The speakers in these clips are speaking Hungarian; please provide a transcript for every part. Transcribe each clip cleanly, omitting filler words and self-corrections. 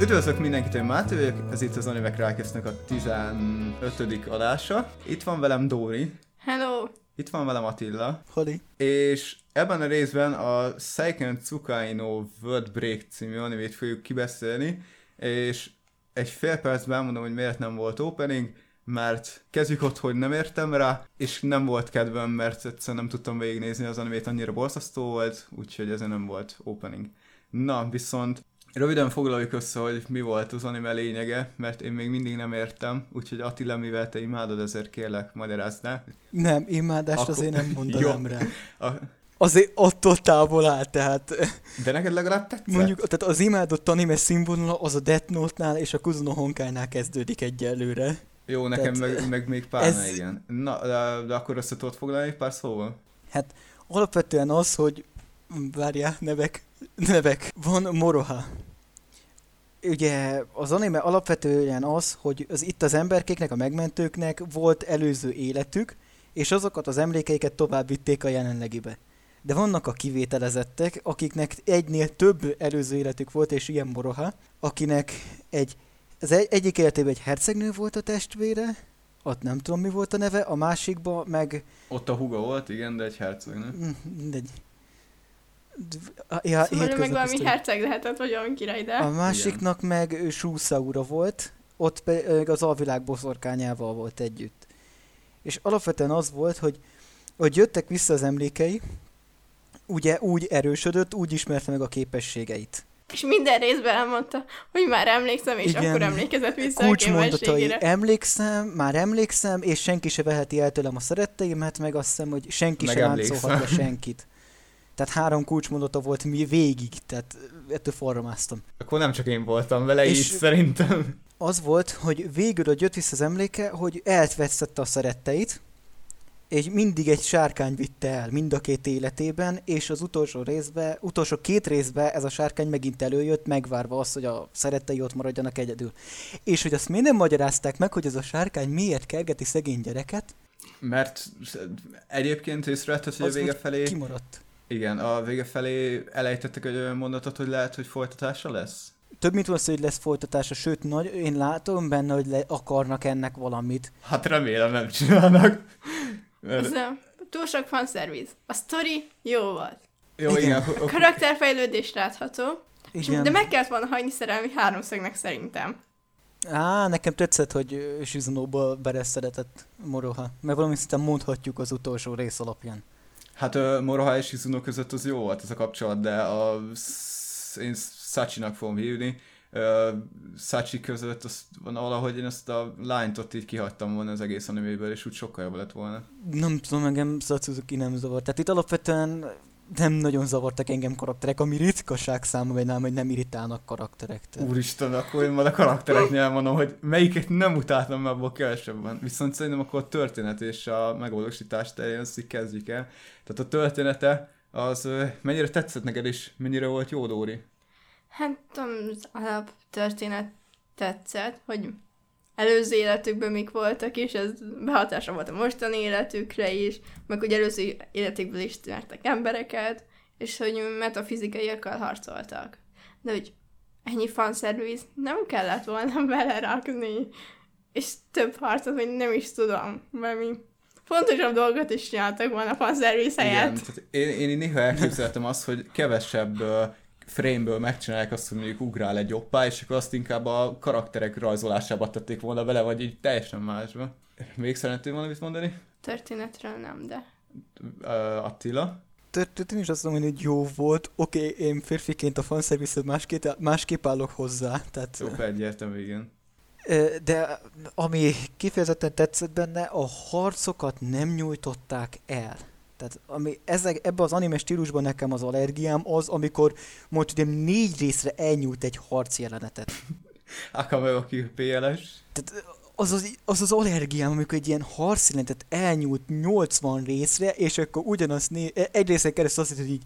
Üdvözlök mindenkit, én Máté vagyok, ez itt az Animek Rákésznek a 15. adása. Itt van velem Dóri. Hello! Itt van velem Attila. Holi. És ebben a részben a Seiken Tsukai no World Break című animét fogjuk kibeszélni, és egy fél percben elmondom, hogy miért nem volt opening, mert kezdjük ott, hogy nem értem rá, és nem volt kedvem, mert egyszerűen nem tudtam végignézni az animét, annyira borzasztó volt, úgyhogy ezért nem volt opening. Na, viszont röviden foglaljuk össze, hogy mi volt az anime lényege, mert én még mindig nem értem, úgyhogy Attila, mivel te imádod, ezért kérlek, magyarázd el. Nem, imádást azért nem mondanám rá. A... Azért attól távol áll, tehát... De neked legalább tetszett? Mondjuk, tehát az imádott anime színvonala az a Death Note-nál és a Kuzuno Honkai-nál kezdődik egyelőre. Jó, nekem tehát, meg még pár igen. Na, de akkor össze tudod foglalni egy pár szóval? Hát alapvetően az, hogy... Várjál, nevek. Van Moroha. Ugye az anime alapvetően az, hogy itt az emberkéknek, a megmentőknek volt előző életük, és azokat az emlékeiket tovább vitték a jelenlegibe. De vannak a kivételezettek, akiknek egynél több előző életük volt, és ilyen Moroha, akinek egyik életében egy hercegnő volt a testvére, ott nem tudom mi volt a neve, a másikban meg... Ott a húga volt, igen, de egy hercegnő. Mindegy. Ja, szóval meg valami herceg lehetett, vagy olyan király, de... A másiknak igen. Meg Shūsaura volt, ott pedig az alvilág boszorkányával volt együtt. És alapvetően az volt, hogy jöttek vissza az emlékei, ugye úgy erősödött, úgy ismerte meg a képességeit. És minden részben elmondta, hogy már emlékszem, és igen, akkor emlékezett vissza a képességére. Már emlékszem, és senki se veheti el tőlem a szeretteimet, meg azt hiszem, hogy senki meg se láncolhat le senkit. Tehát 3 kulcsmondata volt végig, tehát ettől forramáztam. Akkor nem csak én voltam vele is, szerintem. Az volt, hogy végül, hogy jött vissza az emléke, hogy elvesztette a szeretteit, és mindig egy sárkány vitte el mind a 2 életében, és az utolsó 2 részben ez a sárkány megint előjött, megvárva azt, hogy a szerettei ott maradjanak egyedül. És hogy azt miért nem magyarázták meg, hogy ez a sárkány miért kergeti szegény gyereket? Mert egyébként észrevetted, hogy a vége felé... kimaradt. Igen, a vége felé elejtettek egy olyan mondatot, hogy lehet, hogy folytatása lesz? Több mint valószínű, hogy lesz folytatása, sőt, én látom benne, hogy akarnak ennek valamit. Hát remélem nem csinálnak. Ez túl sok fanszerviz. A sztori jó volt. Jó, igen. A karakterfejlődés látható. Igen. De meg kellett volna hagyni szerelmi háromszögnek szerintem. Nekem tetszett, hogy Shizunóba bereszedett Moroha. Mert valami szinten mondhatjuk az utolsó rész alapján. Hát Moroha és Shizuno között az jó volt ez a kapcsolat, de én Sachinak fogom hívni. Sachi között valahogy én azt a lányt ott így kihagytam volna az egész animéből, és úgy sokkal jobb lett volna. Nem tudom, engem Satsuki nem zavart. Tehát itt alapvetően nem nagyon zavartak engem karakterek, ami ritkaság számomra, hogy nem irritálnak karakterek. Tehát. Úristen, akkor én majd a karaktereknél mondom, hogy melyiket nem utáltam, mert abból kevesebben. Viszont szerintem akkor a történet és a megvalósítás terén azt így kezdjük el. Tehát a története az mennyire tetszett neked és mennyire volt jó, Dóri? Hát az alaptörténet tetszett, hogy előző életükben mik voltak, és ez behatása volt a mostani életükre is, meg hogy előző életükből is ismertek embereket, és hogy metafizikaiakkal harcoltak. De hogy ennyi fanszerviz nem kellett volna belerakni, és több harcot, vagy nem is tudom, valami fontosabb dolgot is csináltak volna fanszerviz helyett. Igen, én néha elképzeltem azt, hogy kevesebb frame-ből megcsinálják azt, hogy mondjuk ugrál egy jobbá, és akkor azt inkább a karakterek rajzolásába tették volna bele, vagy így teljesen másba. Még szeretném valamit mondani? Történetről nem, de... Attila? Én is azt mondom, hogy jó volt. Oké, én férfiként a fanszerviszet másképp állok hozzá. Tehát... Jó, egyértelmű, igen. De ami kifejezetten tetszett benne, a harcokat nem nyújtották el. Tehát ebben az anime stílusban nekem az allergiám az, amikor mondjuk 4 részre elnyújt egy harc jelenetet. Akame, aki PLS. Tehát az allergiám, amikor egy ilyen harc jelenetet elnyújt 80 részre, és akkor ugyanazt egy részen keresztül azt hitt, hogy így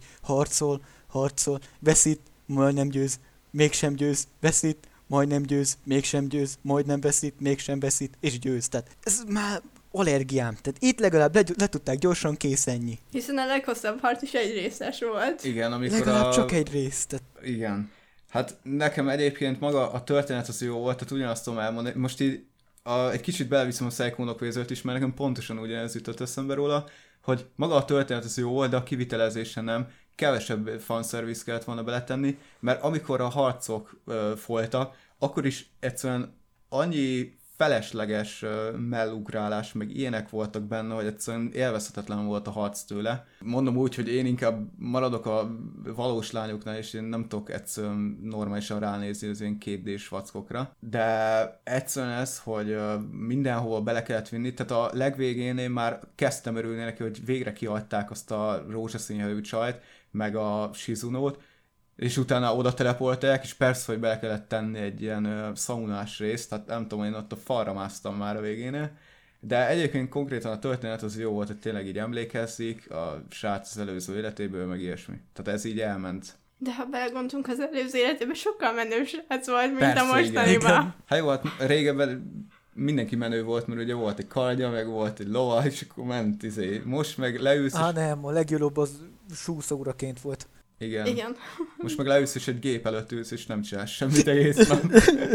harcol, veszít, majdnem győz, mégsem győz, veszít, majdnem győz, mégsem győz, majdnem veszít, mégsem veszít, és győz. Tehát ez már allergiám. Tehát itt legalább le tudták gyorsan, kész, ennyi. Hiszen a leghosszabb harc is egy részes volt. Igen, amikor legalább csak egy rész. Tehát... Igen. Hát nekem egyébként maga a történet az jó volt, tehát ugyanazt tudom elmondani. Most így egy kicsit beleviszem a Psycho No Quasert is, mert nekem pontosan ugyanez jutott eszembe róla, hogy maga a történet az jó volt, de a kivitelezése nem. Kevesebb fanservice kellett volna beletenni, mert amikor a harcok folytak, akkor is egyszerűen annyi felesleges mellugrálás, meg ilyenek voltak benne, hogy egyszerűen élvezhetetlen volt a harc tőle. Mondom úgy, hogy én inkább maradok a valós lányoknál, és én nem tudok egyszerűen normálisan ránézni az ilyen 2D-s vackokra. De egyszerűen ez, hogy mindenhova bele kellett vinni, tehát a legvégén én már kezdtem örülni neki, hogy végre kiadták azt a rózsaszínjelű csajt, meg a Shizunót, és utána oda telepolták, és persze, hogy bele kellett tenni egy ilyen szaunás részt, tehát nem tudom, én ott a falra másztam már a végénél, de egyébként konkrétan a történet az jó volt, hogy tényleg így emlékezzik a srác az előző életéből, meg ilyesmi. Tehát ez így elment. De ha belegondolunk, az előző életében sokkal menőbb srác volt, mint persze, a mostaniban. Hát jó, hát régebben mindenki menő volt, mert ugye volt egy kardja, meg volt egy lova, és akkor ment most meg leülsz. Nem, a legjobb az súszóraként volt. Igen. Most meg leülsz, és egy gép előtt ülsz, és nem csinálsz semmit egész nap.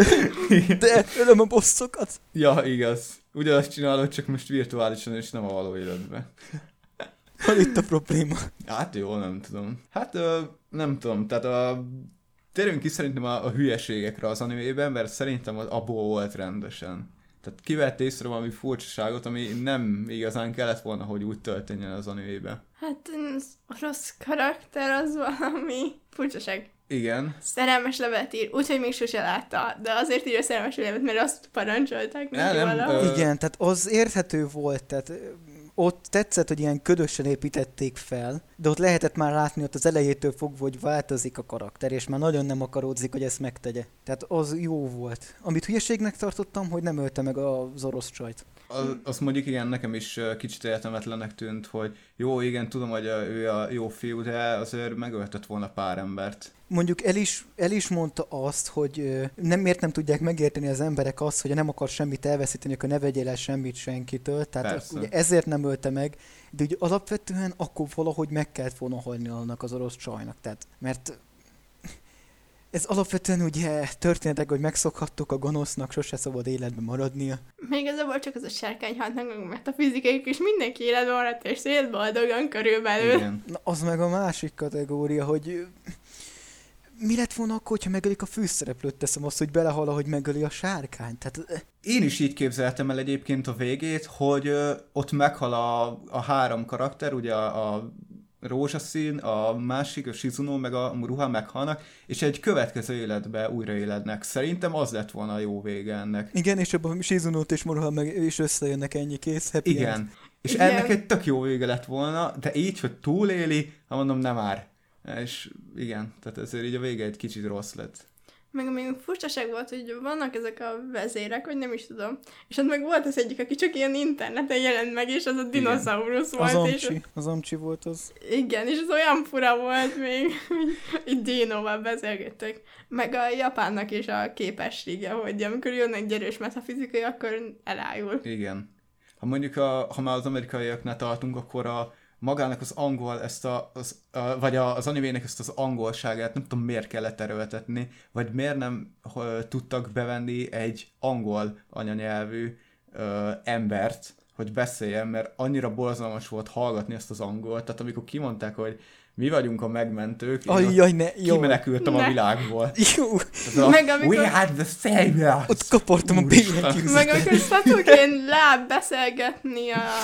De ölöm a bosszokat. Ja, igaz. Ugyanazt csinálod, csak most virtuálisan, és nem a való életben. Van itt a probléma. Hát jó, nem tudom. Hát nem tudom, tehát térjünk ki szerintem a hülyeségekre az animében, mert szerintem abból volt rendesen. Tehát kivett észre valami furcsaságot, ami nem igazán kellett volna, hogy úgy történjen az animében. Hát az orosz karakter az valami furcsaság. Igen. Szerelmes levelet ír, úgyhogy még sose látta, de azért írja szerelmes levelet, mert azt parancsolták neki valahol. Igen, tehát az érthető volt, tehát ott tetszett, hogy ilyen ködösen építették fel, de ott lehetett már látni ott az elejétől fogva, hogy változik a karakter, és már nagyon nem akaródzik, hogy ezt megtegye. Tehát az jó volt. Amit hülyeségnek tartottam, hogy nem ölte meg az orosz csajt. Azt mondjuk igen, nekem is kicsit értelmetlennek tűnt, hogy jó, igen, tudom, hogy ő a jó fiú, de azért megöltött volna pár embert. Mondjuk el is mondta azt, hogy miért nem tudják megérteni az emberek azt, hogy nem akar semmit elveszíteni, akkor ne vegyél el semmit senkitől. Tehát ugye ezért nem ölte meg, de ugye alapvetően akkor valahogy meg kellett volna halni annak az orosz csajnak. Tehát, mert ez alapvetően ugye történetek, hogy megszokhattuk, a gonosznak sose szabad életben maradnia. Még ez volt csak az a sárkány halt meg, mert a fizikaik is mindenki életben maradt, és élt boldogan körülbelül. Igen. Na, az meg a másik kategória, hogy mi lett volna akkor, hogyha megölik a főszereplőt, teszem azt, hogy belehal, hogy megöli a sárkányt. Tehát... Én is így képzeltem el egyébként a végét, hogy ott meghal a három karakter, ugye a rózsaszín, a másik, a Shizuno, meg a Muruha meghalnak, és egy következő életbe újraélednek. Szerintem az lett volna a jó vége ennek. Igen, és abban Shizunót és Muruha meg is összejönnek, ennyi kész. Igen. End. És igen. Ennek egy tök jó vége lett volna, de így, hogy túléli, ha mondom, nem már. És igen, tehát ezért így a vége egy kicsit rossz lett. Meg még furcsaság volt, hogy vannak ezek a vezérek, vagy nem is tudom. És ott meg volt az egyik, aki csak ilyen interneten jelent meg, és az a dinoszaurusz volt. Az Amcsi volt az. Igen, és az olyan fura volt még, így dinóval beszélgettek. Meg a Japánnak is a képessége, hogy amikor jön egy erős metafizikai, akkor elájul. Igen. Ha mondjuk, ha már az amerikaiaknál tartunk, akkor magának az angol, vagy az animének ezt az angolságát nem tudom miért kellett erőltetni, vagy miért nem tudtak bevenni egy angol anyanyelvű embert, hogy beszéljen, mert annyira borzalmas volt hallgatni ezt az angolt, tehát amikor kimondták, hogy mi vagyunk a megmentők, kimenekültem a világból. Jó. We had the savior! Ott kapartam a bélyegűzetet. Meg amikor Sasuke-n beszélgetni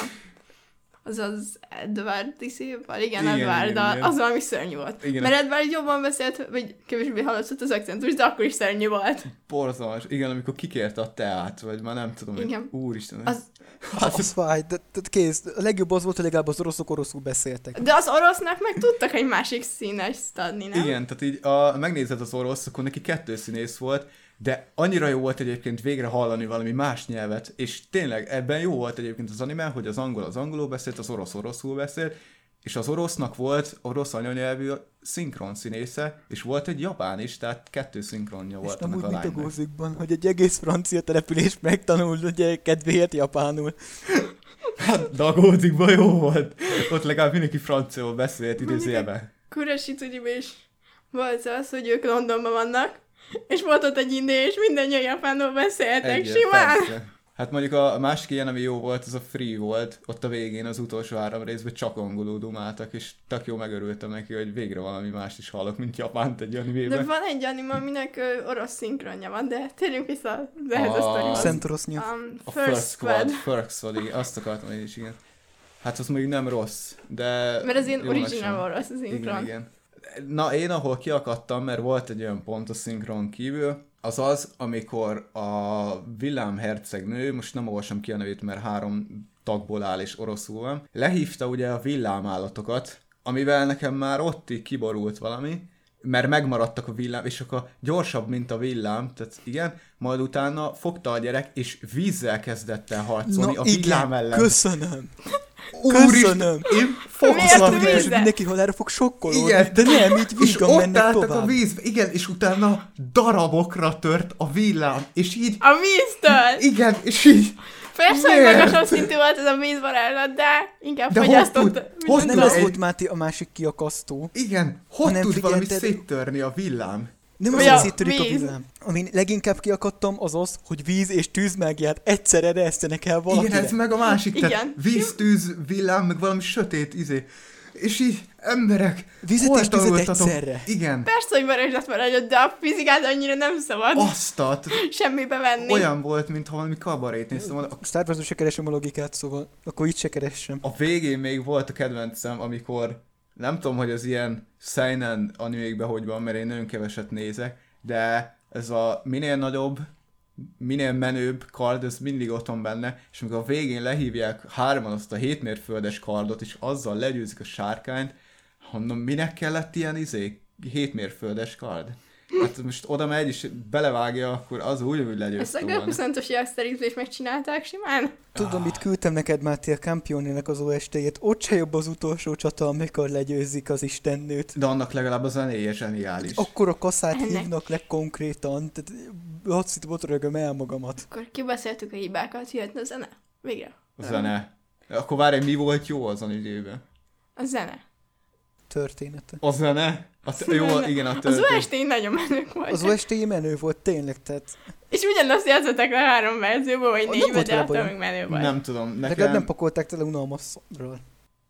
az Edward iszéval, igen, Edward, az valami szörnyű volt. Igen. Mert Edward jobban beszélt, vagy kevésbé hallatszott az akcentus, de akkor is szörnyű volt. Borzalmas. Igen, amikor kikérte a teát, vagy már nem tudom, igen. Úristen. Az fáj, de kész. A legjobb az volt, hogy legalább az oroszok oroszul beszéltek. De az orosznak meg tudtak egy másik színest adni, nem? Igen, tehát így megnézed az orosz, akkor neki 2 színész volt, de annyira jó volt egyébként végre hallani valami más nyelvet, és tényleg ebben jó volt egyébként az anime, hogy az angol az angolul beszélt, az orosz oroszul beszélt, és az orosznak volt orosz anyanyelvű szinkron színésze, és volt egy japán is, tehát 2 szinkronja volt annak a lánynak. És nem úgy, mint a Gózikban, hogy egy egész francia település megtanul, ugye kedvéért japánul. Hát, de a Gózikban jó volt. Ott legalább mindenki franciául beszélt idézőjelben. Kurashitsujiban is volt az, hogy ők Londonban vannak, és volt ott egy indi, és mindannyian japánul beszéltek Egyet, simán. persze. Hát mondjuk a másik ilyen, ami jó volt, az a Free volt. Ott a végén az utolsó 3 részben csak angolul dumáltak, és tök jó megörültem neki, hogy végre valami mást is hallok, mint japánt egy De animében. van egy anime, aminek orosz szinkronja van, de térjünk vissza ehhez a sztorihoz. Szent orosz nyelv. A First Squad. First Squad, igen, azt akartam én is, igen. Hát az még nem rossz, de... Mert az ilyen jónak original sem. orosz az szinkron. Igen. Na, én ahol kiakadtam, mert volt egy olyan pont a szinkron kívül, az, amikor a villámhercegnő, most nem olvasom ki a nevét, mert 3 tagból áll és oroszul van, lehívta ugye a villámállatokat, amivel nekem már ott így kiborult valami, mert megmaradtak a villám, és akkor gyorsabb, mint a villám, tehát igen, majd utána fogta a gyerek, és vízzel kezdett el harcolni a villám ellen. Köszönöm. Úristen, Köszönöm. én Miért fogtam a És vízzel? mindenki halára fog sokkolódni. Igen. De nem, így és vígan ott mennek álltak tovább. a vízbe, igen, és utána darabokra tört a villám, és így, A víztől! igen, és így, Persze, hogy miért? magasabb szintű volt ez a vízvarázslat, de inkább De hogy fogyasztott. tud- hogy Nem tud az egy- volt Máté a másik kiakasztó. igen, hogy Ha nem tud valami figyelted- széttörni a villám? Nem Vagy az, a hogy széttörik a víz. villám. Amin leginkább kiakadtam, az, hogy víz és tűzmágiát egyszerre eresztenek el valakinek. Igen, ez meg a másik, tehát Igen. víz, tűz, villám, meg valami sötét izé. És így, emberek, Vizet hol és tüzet tanultatok? egyszerre. Igen, Persze, hogy varázslat maradjon, de a fizikát annyira nem szabad azt semmibe venni. olyan volt, mintha valami kabarét néztem volna. Star Wars-ban se keresem a logikát, szóval akkor itt se keressem. A végén még volt a kedvencem, amikor nem tudom, hogy az ilyen seinen animékben hogy van, mert én nagyon keveset nézek, de ez a minél nagyobb, minél menőbb kard, ez mindig ott van benne, és amikor a végén lehívják 3-an azt a 7 mérföldes kardot, és azzal legyőzik a sárkányt, mondom, minek kellett ilyen 7 mérföldes kard? Hát most oda megy, és belevágja, akkor az úgy Ezt legyőzte a volna. Görpuszontos Jaxterizést megcsinálták simán? Tudom, mit küldtem neked, Máté, a Campioninek az OST-jét. Ott se jobb az utolsó csata, amikor legyőzik az istennőt. De annak legalább a zenéje zseniális. Akkor a kaszát Ennek. hívnak le konkrétan. Tehát hadd botrögöm el magamat. Akkor kibeszéltük a hibákat, jöhetne a zene? Végre. A zene. Akkor várj, mi volt jó azon időben? A zene. Története. A zene? Jó, igen, a Az történet. OST nagyon menők volt. Az OST menő volt, tényleg, tehát És ugyanazt játszották le 3 verzióban, vagy Nem 4-ben, volt de vele attól bajom. még menő volt. Nem tudom, legalább nekem... nem pakolták tele unalmasról.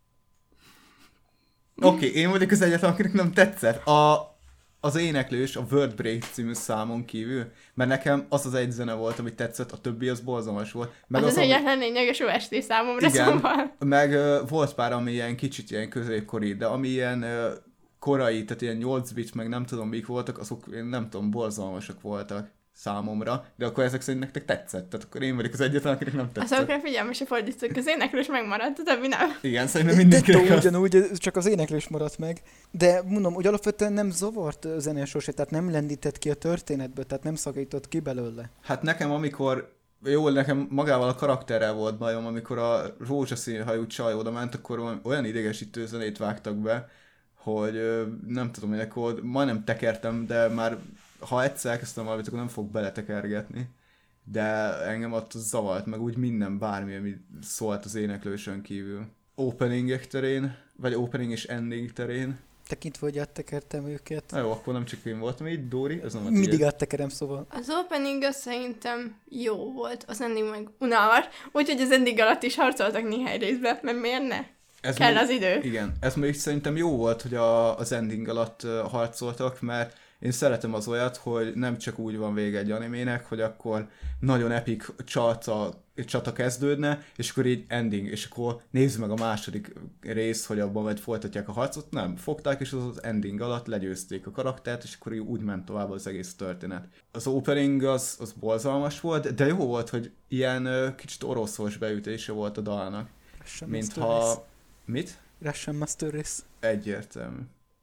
Oké, én vagyok az egyetlen, akinek nem tetszett. Az éneklős, a Word Break című számon kívül, mert nekem az az egy zene volt, ami tetszett, a többi az borzalmas volt. Meg Az ami- egyetlen lényeges OST számomra, Igen, szóval. meg volt pár, ami ilyen kicsit ilyen középkori, de ami ilyen korai, tehát ilyen 8 bit, meg nem tudom mik voltak, azok én nem tudom, borzalmasak voltak számomra, de akkor ezek szerint nektek tetszett, tehát akkor én vagyok az egyetlen, akinek nem tetszett. Azokra figyelmesre fordítsuk, az éneklős megmaradt, a többi nem. Igen, szerintem Dettó mindenkinek az... ugyanúgy, csak az éneklés maradt meg. De mondom, hogy alapvetően nem zavart a zene sose, tehát nem lendített ki a történetből, tehát nem szakított ki belőle. Hát nekem nekem magával a karakterrel volt bajom, amikor a rózsaszín hajú csaj oda ment, akkor olyan idegesítő zenét vágtak be, hogy nem tudom, hogy akkor majdnem tekertem, de már ha egyszer elkezdtem valamit, akkor nem fog beletekergetni. De engem ott zavart, meg úgy minden, bármi, ami szólt az éneklősön kívül. Openingek terén, vagy opening és ending terén. Tekintve, hogy áttekertem őket. Na jó, akkor nem csak én voltam így, Dóri, ez nem a Mindig tiéd. áttekerem, szóval. Az opening szerintem jó volt, az ending meg unalmas, úgyhogy az ending alatt is harcoltak néhány részben, mert miért ne? Ez Kell még- az idő. Igen, ez még szerintem jó volt, hogy az ending alatt harcoltak, mert én szeretem az olyat, hogy nem csak úgy van vége egy animének, hogy akkor nagyon epic csata kezdődne, és akkor így ending, és akkor nézzük meg a második rész, hogy abban majd folytatják a harcot. Nem, fogták, és az ending alatt legyőzték a karaktert, és akkor így úgy ment tovább az egész történet. Az opening az borzalmas volt, de jó volt, hogy ilyen kicsit oroszos beütése volt a dalnak. Russian Master Mintha... Race. Mit? Russian Master Race. Egyértelmű.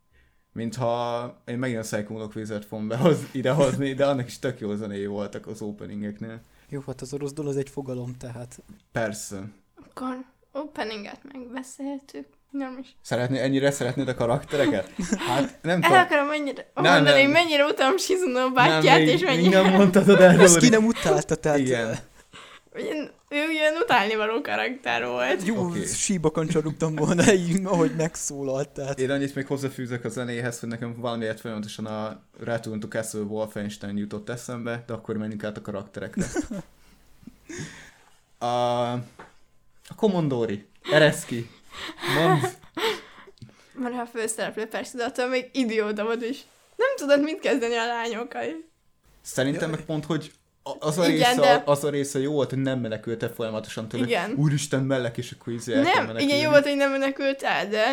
Mintha én megint a Psycho Wizard fogom idehozni, de annak is tök jó zenéi voltak az openingeknél. Jó, hát az orosz dal az egy fogalom, tehát. Persze. Akkor openinget megbeszéltük. Nem is. Ennyire szeretnéd a karaktereket? Hát nem El tudom. akarom mennyire Nem, mondani, nem. mennyire utam Shizuno bátyját, és még mennyire... nem mondtad el, Ezt ki Dóri. nem utálta, tehát... Igen. Én ő ilyen utálnivaló karakter volt. Jó, Oké. síbakon csalugtam volna, így, ahogy megszólalt. Tehát. Én annyit még hozzáfűzök a zenéhez, hogy nekem valamiért folyamatosan a Return to Castle Wolfenstein jutott eszembe, de akkor menjünk át a karakterekre. A Commodori, Ereszki, mondd. Mert a főszereplő persze, de attól még idióta volt, és nem tudod mit kezdeni a lányokkal. Szerintem meg pont, hogy Igen, az a része jó volt, hogy nem menekültek folyamatosan tőle. Igen. Úristen, mellek, és akkor el kell Nem, menekülni. igen, jó volt, hogy nem menekült el, de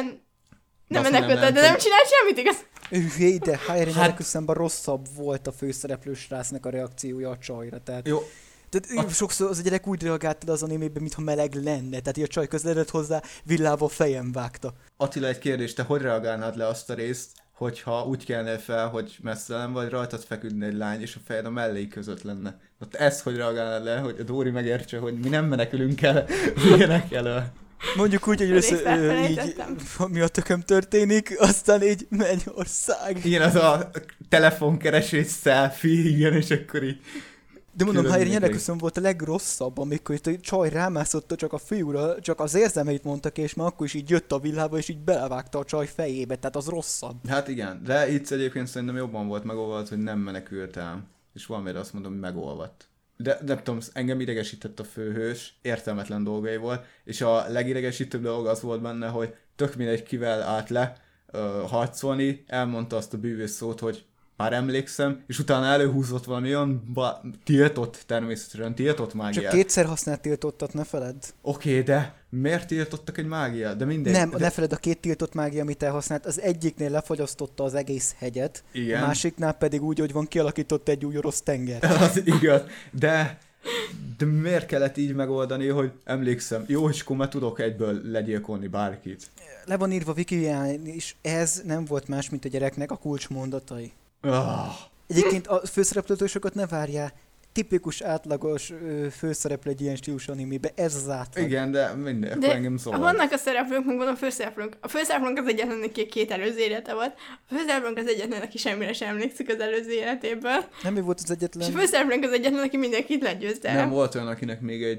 nem azt menekült el, nem de nem tudom. csinált semmit, igaz? Hé, de Hayden szemben rosszabb volt a főszereplő srácnak a reakciója a csajra. Tehát, Jó, tehát sokszor az a gyerek úgy reagált az animében, mintha meleg lenne. Tehát így a csaj közeledett hozzá, villával fejem vágta. Attila, egy kérdés, te hogy reagálnád le azt a részt, hogyha úgy kelnél fel, hogy messzelem vagy, rajtad feküdne egy lány, és a fejed a mellék között lenne. Ott ezt hogy reagálnád le, hogy a Dóri megértse, hogy mi nem menekülünk el ilyenek elől. Mondjuk úgy, hogy Részt így, elfelejtettem. mi a tököm történik, aztán így Mennyország. Igen, az a telefonkeresés, selfie, igen, és akkor így... De mondom, Külön Hayden mindenki. Nyerekuszon volt a legrosszabb, amikor itt a csaj rámászott csak a fiúra, csak az érzelmeit mondtak, és már akkor is így jött a villába, és így belevágta a csaj fejébe, tehát az rosszabb. Hát igen, de itt egyébként szerintem jobban volt megolvat, hogy nem menekült el. És valamire azt mondom, hogy megolvadt. De nem tudom, engem idegesített a főhős, értelmetlen dolgai volt, és a legidegesítőbb dolog az volt benne, hogy tök mindegy kivel állt le harcolni, elmondta azt a bűvös szót, hogy már emlékszem, és utána előhúzott valami olyan tiltott, természetesen tiltott mágiát. Csak kétszer használt tiltottat, ne feledd. Oké, de miért tiltottak egy mágiát? De mindegy. Nem, de... ne feledd, a két tiltott mágia, amit elhasznált, az egyiknél lefagyasztotta az egész hegyet, Igen. a másiknál pedig úgy, hogy van kialakított egy új orosz tenger. Az igaz, de miért kellett így megoldani, hogy emlékszem, jó, és akkor már tudok egyből legyilkolni bárkit. Le van írva Wikiján is, ez nem volt más, mint a gyereknek a kulcsmondatai. Egyébként a főszereplőtől sokat ne várjál. Tipikus átlagos főszereplő egy ilyen stílus animébe, ez az átlag. Igen, de minden, akkor De engem zavar. vannak a szereplők, meg van a főszereplőnk. A főszereplőnk az egyetlen, aki két előző élete volt. A főszereplőnk az egyetlen, aki semmire sem emlékszik az előző életéből. Nem ő volt az És egyetlen. a főszereplőnk az egyetlen, aki mindenkit legyőzte. Nem volt olyan, akinek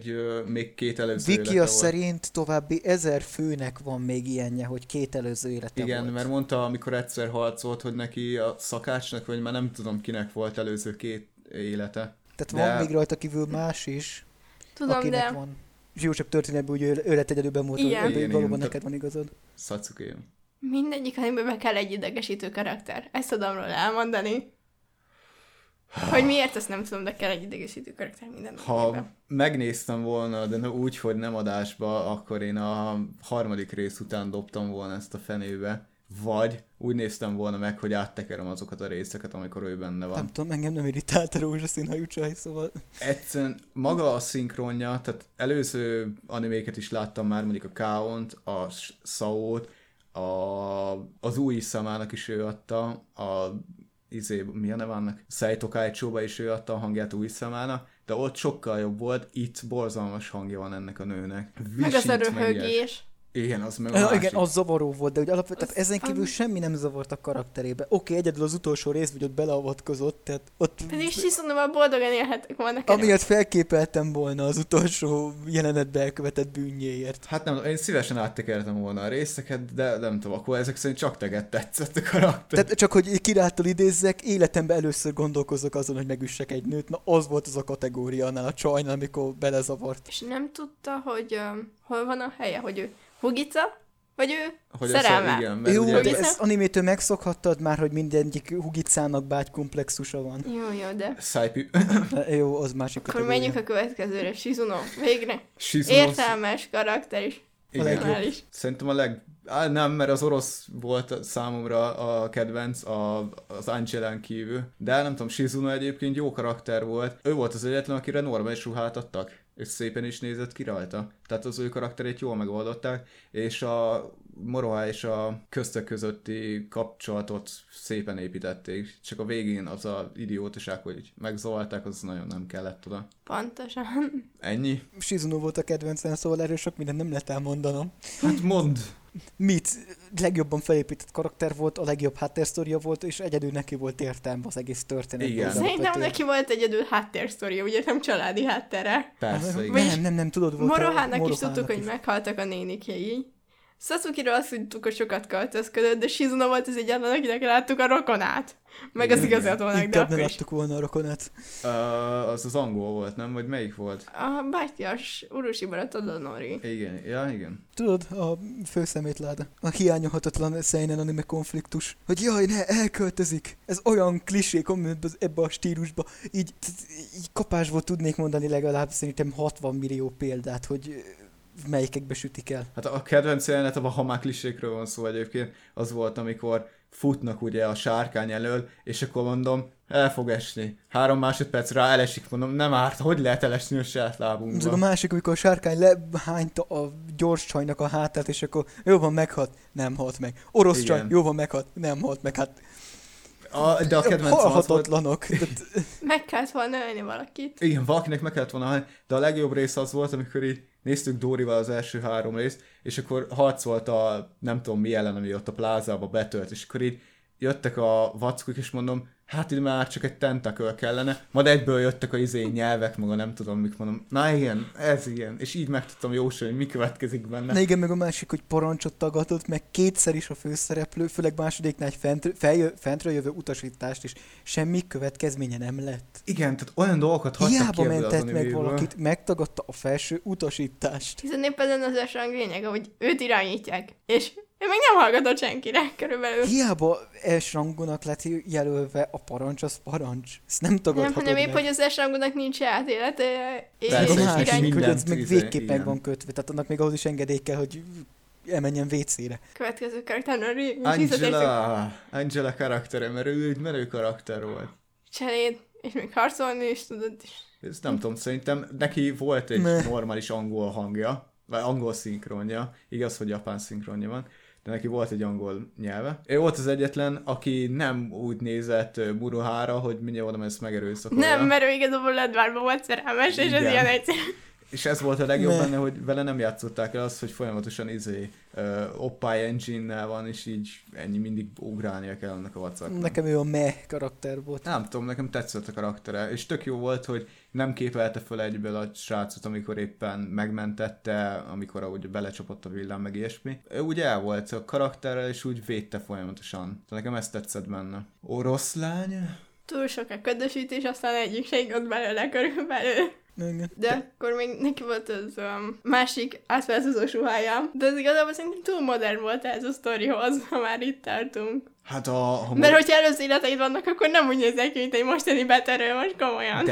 még két előző élete Wikia volt. szerint további 1000 főnek van még ilyenje, hogy két előző élete Igen, volt. mert mondta, amikor egyszer harcolt, hogy neki a szakácsnak, vagy már nem tudom kinek volt előző két élete. Tehát de- van még rajta kívül más is, Tudom, akinek de van. Jó, csak történetben, hogy ő lett egyedül bemutatott, Igen. hogy Igen, valóban igen. neked van igazad. Sasuke. mindegyik animében kell egy idegesítő karakter. Ezt tudom róla elmondani. Hogy miért, ezt nem tudom, de kell egy idegesítő karakter minden Ha animében. megnéztem volna, de úgy, hogy nem adásba, akkor én a harmadik rész után dobtam volna ezt a fenébe. Vagy úgy néztem volna meg, hogy áttekerem azokat a részeket, amikor ő benne van. Nem tudom, engem nem irritált a rózsaszínhajú csaj, szóval... Egyszerűen maga a szinkronja, tehát előző animéket is láttam már, mondjuk a K.O.-t, a Sao-t, az új Isamának is ő adta, mi a neve annak? Saito Kaichouba is ő adta a hangját új Isamának, de ott sokkal jobb volt, itt borzalmas hangja van ennek a nőnek. Meg az a Visít, meg ilyes. röhögés. Igen, az meg Ja, másik. igen, az zavaró volt, de hogy alapvetően Az- ezen kívül semmi nem zavart a karakterébe. Oké, egyedül az utolsó rész, hogy ott beleavatkozott, tehát ott... Pedig Shizunoval boldogan élhetek volna. Amiatt felképeltem volna az utolsó jelenetbe elkövetett bűnjéért. Hát nem, én szívesen áttekertem volna a részeket, de nem tudom, akkor ezek szerint csak teget tetszett a karakter. Tehát csak, hogy királtal idézzek, életemben először gondolkozok azon, hogy megüssek egy nőt. Na, az volt az a kategória annál a csajnál, amikor belezavart. És nem tudta, hogy hol van a helye, hogy ő Hugica, vagy ő Hogy szerelme. igen, mert Jó, ugye, de Hugica? ezt animétől megszokhattad már, hogy mindegyik Hugicának bágykomplexusa van. Jó, de... Saipi... Jó, az másik Akkor kategória. menjünk a következőre. Shizuno. Végre. Shizuno- Értelmes karakter is. Igen. legjobb. Szerintem nem, mert az orosz volt számomra a kedvenc, az Angelán kívül. De nem tudom, Shizuno egyébként jó karakter volt. Ő volt az egyetlen, akire normális ruhát adtak, és szépen is nézett ki rajta. Tehát az ő karakterét jól megoldották, és a Moroha és a köztök közötti kapcsolatot szépen építették. Csak a végén az a idiótaság, hogy megzavarták, az nagyon nem kellett oda. Pontosan. Ennyi? Shizuno volt a kedvencem, szóval erről sok mindent nem lehet elmondanom. Hát mondd! mit legjobban felépített karakter volt, a legjobb háttérsztoria volt, és egyedül neki volt értelme az egész történet. Igen. Szerintem neki volt egyedül háttérsztoria, ugye nem családi háttere. Persze, igen. Nem, tudod, volt Morohának is tudtuk, hogy meghaltak a nénikjei. Sasuke-ről azt tudtuk, hogy sokat költözködött, de Shizuna volt az egyetlen, akinek láttuk a rokonát. Meg az igazgatónak, de inkább ne akkor is. láttuk volna a rokonát. Az angol volt, nem? Vagy melyik volt? A bátyás Urushiba Todonori. Igen, ja, igen. Tudod, a főszemétláda. A hiányolhatatlan seinen anime konfliktus. Hogy jaj, ne, elköltözik. Ez olyan klisé komment ebbe a stílusba. Így kapásból tudnék mondani legalább szerintem 60 millió példát, hogy melyikekbe sütik el. Hát a kedvenc jelenet, ha már klisékről van szó egyébként, az volt, amikor futnak ugye a sárkány elől, és akkor mondom, el fog esni. 3 másodpercre elesik, mondom, nem árt, hogy lehet elesni a saját lábunkba. Ez a másik, amikor a sárkány lehányta a gyors csajnak a hátát, és akkor jó van, meghalt, nem halt meg. Orosz csaj, jó van, meghalt, nem halt meg. Hát de a kedvenc halhatatlanok. Meg kellett volna ölni valakit. Igen, valakinek meg kellett volna halni, de a legjobb rész az volt, amikor így néztük Dórival az első 3 részt, és akkor harcolt a nem tudom mi ellen, ami ott a plázába betört, és akkor így jöttek a vackuk, és mondom, hát így már csak egy tentaköl kellene, majd egyből jöttek a nyelvek, maga nem tudom, mik mondom, na igen, ez igen, és így meg tudtam jósolni, hogy mi következik benne. Na igen, meg a másik, hogy parancsot tagadott, meg kétszer is a főszereplő, főleg másodiknál egy fentről jövő utasítást, és semmi következménye nem lett. Igen, tehát olyan dolgokat hagytak hiába ki ebből mentett az meg animéből. valakit, megtagadta a felső utasítást. Hiszen éppen az S-rang lényege, hogy őt irányítják, és ő meg nem hallgatott senkire körülbelül. Hiába S-rangonak lett jelölve a parancs, az parancs. Ezt nem tagadhatod Nem, hanem épp, meg. hogy az S-rangonak nincs saját élete, és Persze, Meg a és másik, hogy mindent ez meg izé, végképp igen. meg van kötve, tehát annak még ahhoz is engedély kell, hogy elmenjen WC-re. következő karakter, Angela karaktere, mert ő egy menő karakter volt. cseléd, és még harcolni is tudod is. Ezt nem tudom, szerintem neki volt egy Meh. normális angol hangja, vagy angol szinkronja, igaz, hogy japán szinkronja van, de neki volt egy angol nyelve. Ő volt az egyetlen, aki nem úgy nézett Muruhára, hogy mindjárt oda ezt megerőszakolja. Nem, mert ő igazából Ledvárban volt szerelmes, és ez Igen. ilyen egyszerű. És ez volt a legjobb Meh. benne, hogy vele nem játszották el azt, hogy folyamatosan Oppai engine-nel van, és így ennyi mindig ugrálnia kell annak a vacaknak. Nekem ő a meh karakter volt. Nem tudom, nekem tetszett a karaktere, és tök jó volt, hogy nem képelte föl egyből a srácot, amikor éppen megmentette, amikor ugye belecsapott a villám, meg ilyesmi. Ő úgy el volt a karakterrel, és úgy védte folyamatosan. Nekem ezt tetszett benne. Oroszlány? Túl sok a ködösítés, aztán egyik se igaz belőle körülbelül. Igen. De akkor még neki volt az másik átváltozós ruhája. De ez igazából szerintem túl modern volt ez a sztorihoz, ha már itt tartunk. Hát ha Mert hogyha előző életeid vannak, akkor nem úgy néznek ki, mint egy mostani betörő, most komolyan.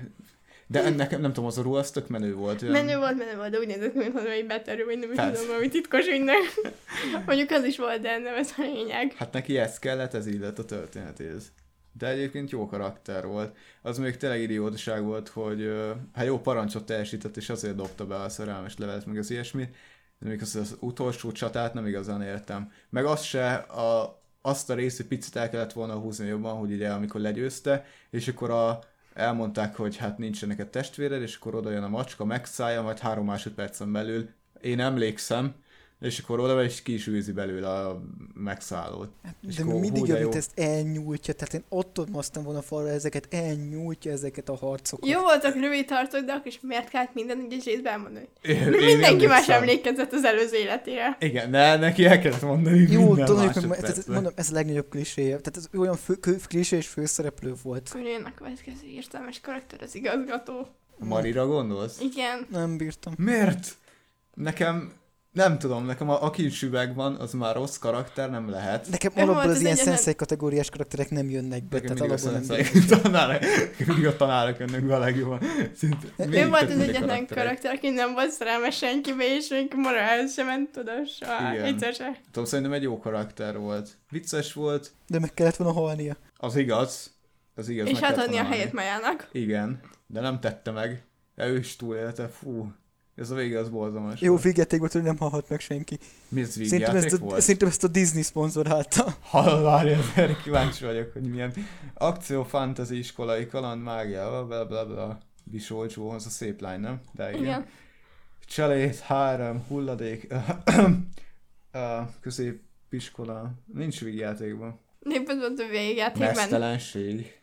De nekem nem tudom, az a ruha, az tök menő volt. Olyan... Menő volt, de úgy nézett ki, mintha egy betörő, vagy nem is Persze. tudom, valami titkos ügynök. Mondjuk az is volt, de nem ez a lényeg. Hát neki ez kellett, ez illett a történetéhez. De egyébként jó karakter volt. Az még tényleg idiótaság volt, hogy hát jó parancsot teljesített, és azért dobta be a szerelmes levelet, meg az ilyesmit. De még az utolsó csatát nem igazán értem. Meg azt se, azt a részt, hogy picit el kellett volna húzni jobban, hogy ugye amikor legyőzte, és akkor elmondták, hogy hát nincsen neked testvéred, és akkor oda jön a macska, megszállja, majd 3 másodpercen belül, én emlékszem, és akkor oda és ki is űzi belőle a megszállót. És De akkor, mindig de jön, jó. mint ezt elnyújtja, tehát én ott admaztam volna falra ezeket, elnyújtja ezeket a harcokat. Jó voltak rövid harcok, de akkor is miért kellett minden egyes részben elmondani? Én Mindenki más emlékszem. emlékezett az előző életére. Igen, neki el kellett mondani Jó, minden tudom, hogy másodpercre. mondom, ez a legnagyobb kliséje. Tehát ez olyan klisés főszereplő volt. Akkor jön a következő értelmes karakter, az igazgató. A Marira gondolsz? Igen. Nem bírtam. Miért? Nekem, nem tudom, nekem a kincsüveg van, az már rossz karakter, nem lehet. Nekem Ő alapból volt az az ilyen egyetlen- szenszei kategóriás karakterek nem jönnek be, Nekem tehát mindig a alapból nem szenszei bírtam. tanárok, mindig a tanárok jönnek be a legjobban. Ő volt az egyetlen karakter, aki nem volt szerelmes senkibe, és még morálhoz sem ment, tudod, soha. Igen. Egyszer se. Tudom, szerintem egy jó karakter volt. Vicces volt, De meg kellett volna halnia. az igaz. Az igaz, És meg hát kellett adni a volna helyét Majának. Igen, de nem tette meg. De ő is túlélte, fú. Ez a vége az borzalmas. Jó, volt. végjáték volt, hogy nem halhat meg senki. Mi ez Szerintem vígjáték volt? szerintem ezt a Disney szponzorálta. Várj, erre kíváncsi vagyok, hogy milyen akció, fantasy, iskolai kaland, mágiával, bla bla bla. Bisolcsó, az a szép lány, nem? De igen. Igen. Cselét, 3, hulladék. A középiskola nincs végjátékban. Éppen volt a végjátékban. Mesztelenség.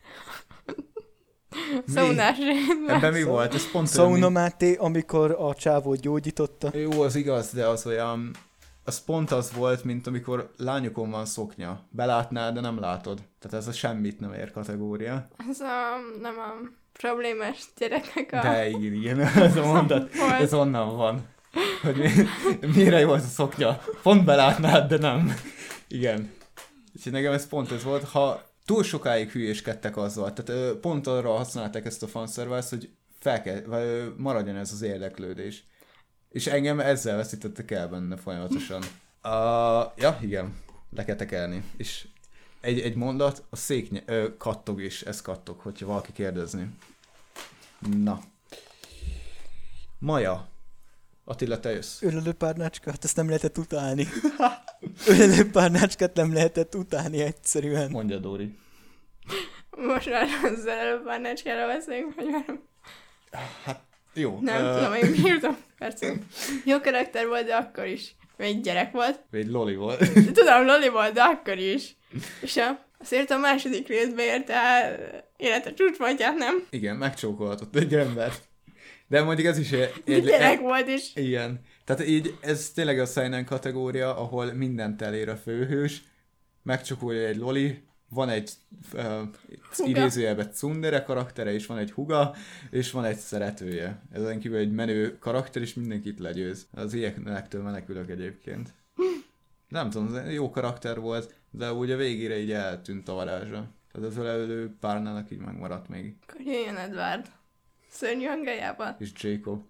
Szaunás Ebben mi volt? Ez pont Sauna Máté, amikor a csávót gyógyította. Jó, az igaz, de az olyan... Az pont az volt, mint amikor lányokon van szoknya. Belátnád, de nem látod. Tehát ez a semmit nem ér kategória. Ez nem a problémás gyerekek a... De igen, ez a mondat, ez onnan van. Hogy mire jó az a szoknya. Pont belátnád, de nem. Igen. Úgyhogy nekem ez pont ez volt. Ha túl sokáig hülyéskedtek azzal, tehát pont arra használták ezt a fanszervice, hogy maradjon ez az érdeklődés. És engem ezzel veszítettek el benne folyamatosan. Ja, igen, le kell tekerni. És egy mondat, a szék kattog is, ez kattog, hogyha valaki kérdezni. Na. Maja. Attila, te jössz. Ölelőpárnácskát, ezt nem lehetett utálni. Ölelőpárnácskát nem lehetett utálni egyszerűen. Mondja, Dóri. Most már az előpárnácskára beszélünk, hogy már... Hát, jó. Nem tudom, én bírtam. Persze. Jó karakter volt, de akkor is. Egy gyerek volt. Egy loli volt. Tudom, loli volt, de akkor is. És azért a második részbe érte el élete csúcspontját, nem? Igen, megcsókolhatott egy embert. De mondjuk ez is gyerek volt is. Igen. Tehát így ez tényleg a seinen kategória, ahol mindent elér a főhős, megcsokolja egy loli, van egy idézőjelben tsundere karaktere, és van egy huga, és van egy szeretője. Ezen kívül egy menő karakter, és mindenkit legyőz. Az ilyenektől menekülök egyébként. Nem tudom, jó karakter volt, de úgy a végére így eltűnt a varázsa. Tehát az ölelő párnának így megmaradt még. Akkor jöjjön Edward. Szörnyű hangjában. És Jacob.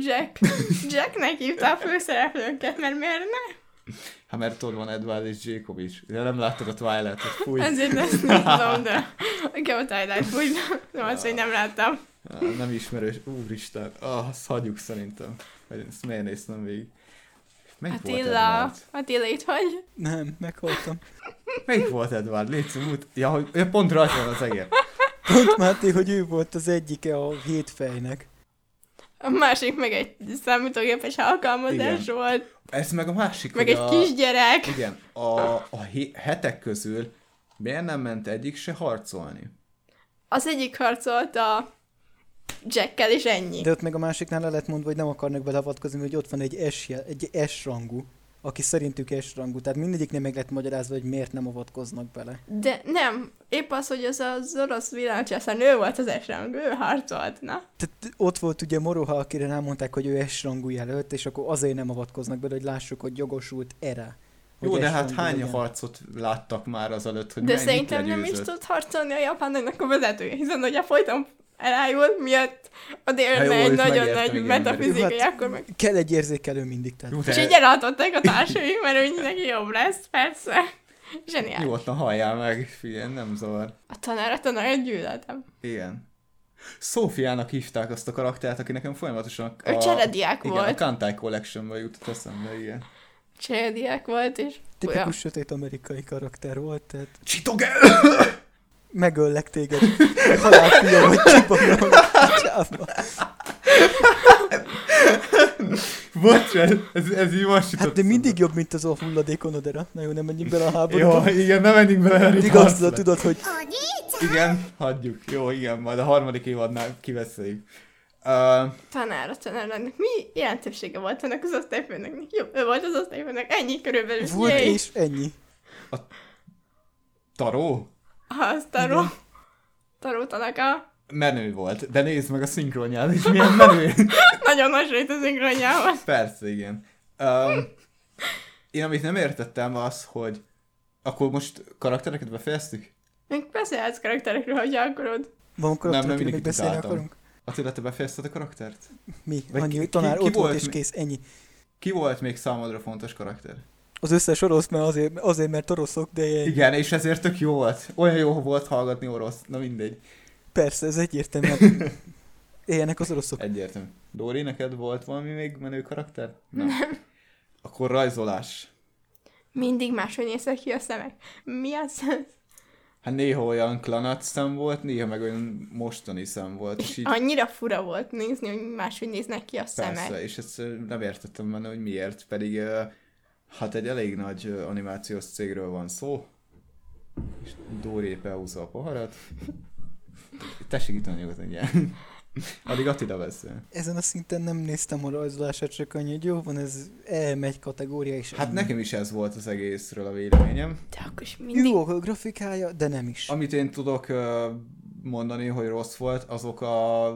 Jacknek hívta a főszereplőnket, mert miért ne? Hát mert tudod, van Edward és Jacob is. De nem láttad a Twilight-ot, fúj. Ezért ezt nem tudom, de inkább a Twilight fúj, nem azt, hogy nem láttam. Nem ismerős, úristen. Azt hagyjuk szerintem. Ezt miért néztem végig? Melyik volt Edward? Attila itt vagy? Nem, meghaltam. Melyik volt Edward? Légy szó, ja, pont rajta van az egér. Pont Máté, hogy ő volt az egyike a 7 fejnek. A másik meg egy számítógépes alkalmazás volt. Ez meg a másik. Meg egy kisgyerek. Igen, a hetek közül miért nem ment egyik se harcolni? Az egyik harcolt a Jackkel, és ennyi. De ott meg a másiknál le lett mondva, hogy nem akarnak beleavatkozni, hogy ott van egy S rangú, aki szerintük S rangú. Tehát mindegyiknél meg lett magyarázva, hogy miért nem avatkoznak bele. De nem, épp az, hogy az orosz villámcsászár nő volt az S rangú, ő harcolt, na. Tehát ott volt ugye Moroha, akire elmondták, hogy ő S rangú jelölt, és akkor azért nem avatkoznak bele, hogy lássuk, hogy jogosult erre. Jó, de hát hány harcot láttak már azelőtt, hogy de szerintem nem is tud harcolni a japánoknak a vezetője, hiszen ugye folyton elájult, miatt a délne egy nagyon nagy metafizikai, hát akkor meg... Kell egy érzékelő mindig, tehát. És így elátották a társai, mert úgy neki jobb lesz, persze. Zseniális. Nyugodtan halljál meg, figyelj, nem zavar. A tanárat gyűlöltem. Igen. Szófiának hívták azt a karaktert, aki nekem folyamatosan ő cserediák igen, volt. a Kantai Collection-ben jutott eszembe, igen. Cserediák volt, és... Tipikus sötét amerikai karakter volt, tehát... Csitogel! Megöllek téged. Halálfia vagy csipognak a csávba. Bocsánat, ez így most Hát de mindig jobb, mint az a hulladék onodera. Na jó, nem menjünk bele a Jó, háborúba. igen, nem menjünk bele. Igaz, tudod, hogy... Igen, hagyjuk. Jó, igen, majd a harmadik évadnál kiveszéljük. Tanárnak mi jelentősége volt ennek az osztályfőnöknek? Jó, ő volt az osztályfőnök, ennyi körülbelül. Volt és ennyi. A Taró? Az Taró Tanaka. Menő volt, de nézd meg a szinkronját, és milyen menő. Nagyon hasonlít a szinkronjához. Persze, igen. Én amit nem értettem az, hogy akkor most karaktereket befejeztük? Még beszélhetsz karakterekről, hogyha akarod. Van karakterekről, még mindenkit beszélni utáltam. akarunk? Attila, te befejezted a karaktert? Mi? Vagy Annyi tanár ki ott volt volt és kész, ennyi. Ki volt még számodra fontos karakter? Az összes orosz, mert azért mert oroszok, de... Igen, és ezért tök jó volt. Olyan jó volt hallgatni orosz. Na mindegy. Persze, ez egyértelmű. Éljenek az oroszok. Egyértelmű. Dóri, neked volt valami még menő karakter? Nem. Akkor rajzolás. Mindig máshogy néznek ki a szemek. Mi az? Hát néha olyan klanat szem volt, néha meg olyan mostani szem volt. És így... Annyira fura volt nézni, hogy máshogy néznek ki a szemek. Persze, és ezt nem értettem benne, hogy miért, pedig Hát egy elég nagy animációs cégről van szó. És Dóri épp elhúzza a poharat. Tessék itt nyugodtan, igen. Addig Attila beszél. Ezen a szinten nem néztem a rajzolását, csak annyi, hogy jó van, ez elmegy kategória is. Hát nekem is ez volt az egészről a véleményem. De akkor is mindig... Jó a grafikája, de nem is. Amit én tudok mondani, hogy rossz volt, azok a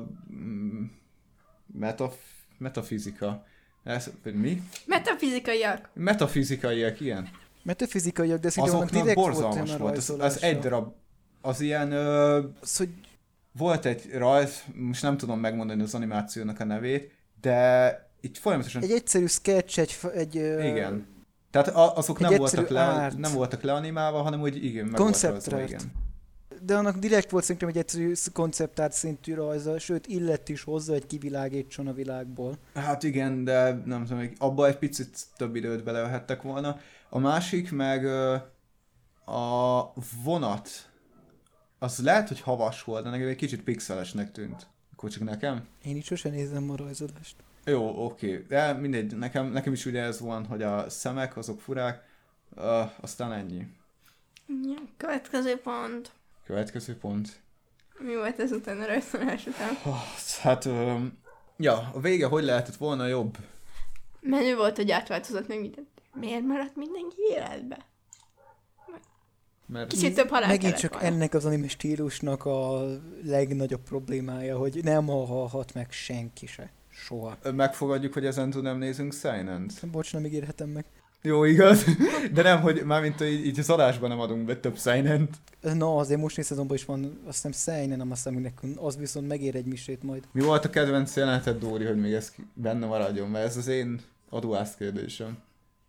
metafizika. Mi? Metafizikaiak. Metafizikaiak, ilyen. Metafizikaiak, de szinte vannak Azoknak direkt borzalmas a volt. Az rajzolása. egy darab, az ilyen... Az, hogy Volt egy rajz, most nem tudom megmondani az animációnak a nevét, de itt folyamatosan... egy egyszerű sketch, egy Igen. Tehát azok egy nem voltak leanimálva, hanem úgy igen, meg volt rajzolva, igen. De annak direkt volt szerintem egy egyszerű konceptárt szintű rajza, sőt illett is hozzá, hogy kivilágítson a világból. Hát igen, de nem tudom, abba egy picit több időt belevehettek volna. A másik meg a vonat, az lehet, hogy havas volt, de nekem egy kicsit pixelesnek tűnt. Akkor csak nekem? Én is sosem nézem a rajzolást. Jó, oké. De mindegy, nekem is ugye ez van, hogy a szemek, azok furák, aztán ennyi. Ja, következő pont. Következő pont. Mi volt ez után a rajzolás után? Hát, ja, a vége hogy lehetett volna jobb? Menő volt, hogy átváltozott meg mindent. Miért maradt mindenki életbe? Mert Kicsit több halál Megint kellett csak volna. ennek az anime stílusnak a legnagyobb problémája, hogy nem halhat meg senki se. Soha. megfogadjuk, hogy ezen nem nézünk Seinent. Bocs, nem ígérhetem meg. Jó, igaz. De nem, hogy mármint így az adásban nem adunk be több Seinent. Na, azért most szezonban is van, azt hiszem Seinen, nem azt hiszem, nekünk az viszont megér egy misét majd. Mi volt a kedvenc jeleneted, Dóri, hogy még ez benne maradjon? Mert ez az én aduász kérdésem.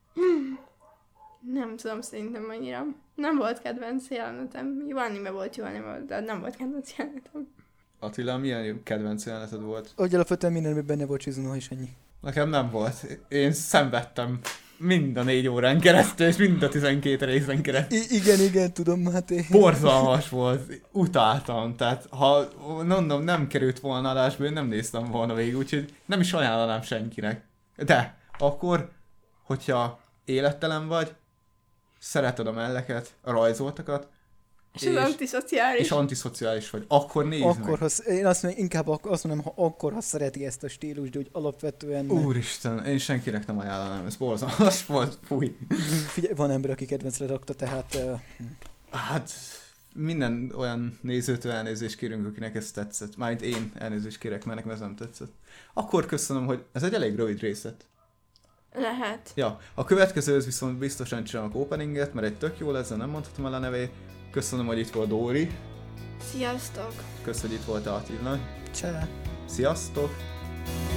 Nem tudom, szerintem annyira. Nem volt kedvenc jelenetem. Jó anime volt, de nem volt kedvenc jelenetem. Attila, milyen kedvenc jeleneted volt? Úgy alapvetően mindenben benne volt Chizuno, és ennyi. Nekem nem volt. Én szenvedtem mind a 4 órán keresztül, és mind a 12 részen keresztül. Igen, tudom, hát én... Borzalmas volt. Utáltam. Tehát, ha mondom, nem került volna adásba, én nem néztem volna végig, úgyhogy nem is ajánlanám senkinek. De, akkor, hogyha élettelen vagy, szereted a melleket, a rajzoltakat, És az antiszociális. és antiszociális vagy, akkor nézd Akkor, meg. én azt mondom, inkább azt mondom, ha akkor, ha szereti ezt a stílust, de úgy alapvetően... Úristen, én senkinek nem ajánlanám, ez borzalmas volt, fúj. Figyelj, van ember, aki kedvencre rakta, tehát... Hát, minden olyan nézőtől elnézést kérünk, akinek ez tetszett. Mármint én elnézést kérek, mert nekem ez nem tetszett. Akkor köszönöm, hogy ez egy elég rövid részlet. Lehet. Ja, a következőhöz viszont biztosan csinálok openinget, mert egy tök jó lesz, de nem mondhatom el a nevét. Köszönöm, hogy itt volt Dóri. Sziasztok! Köszönöm, hogy itt volt Attila. Csá! Sziasztok!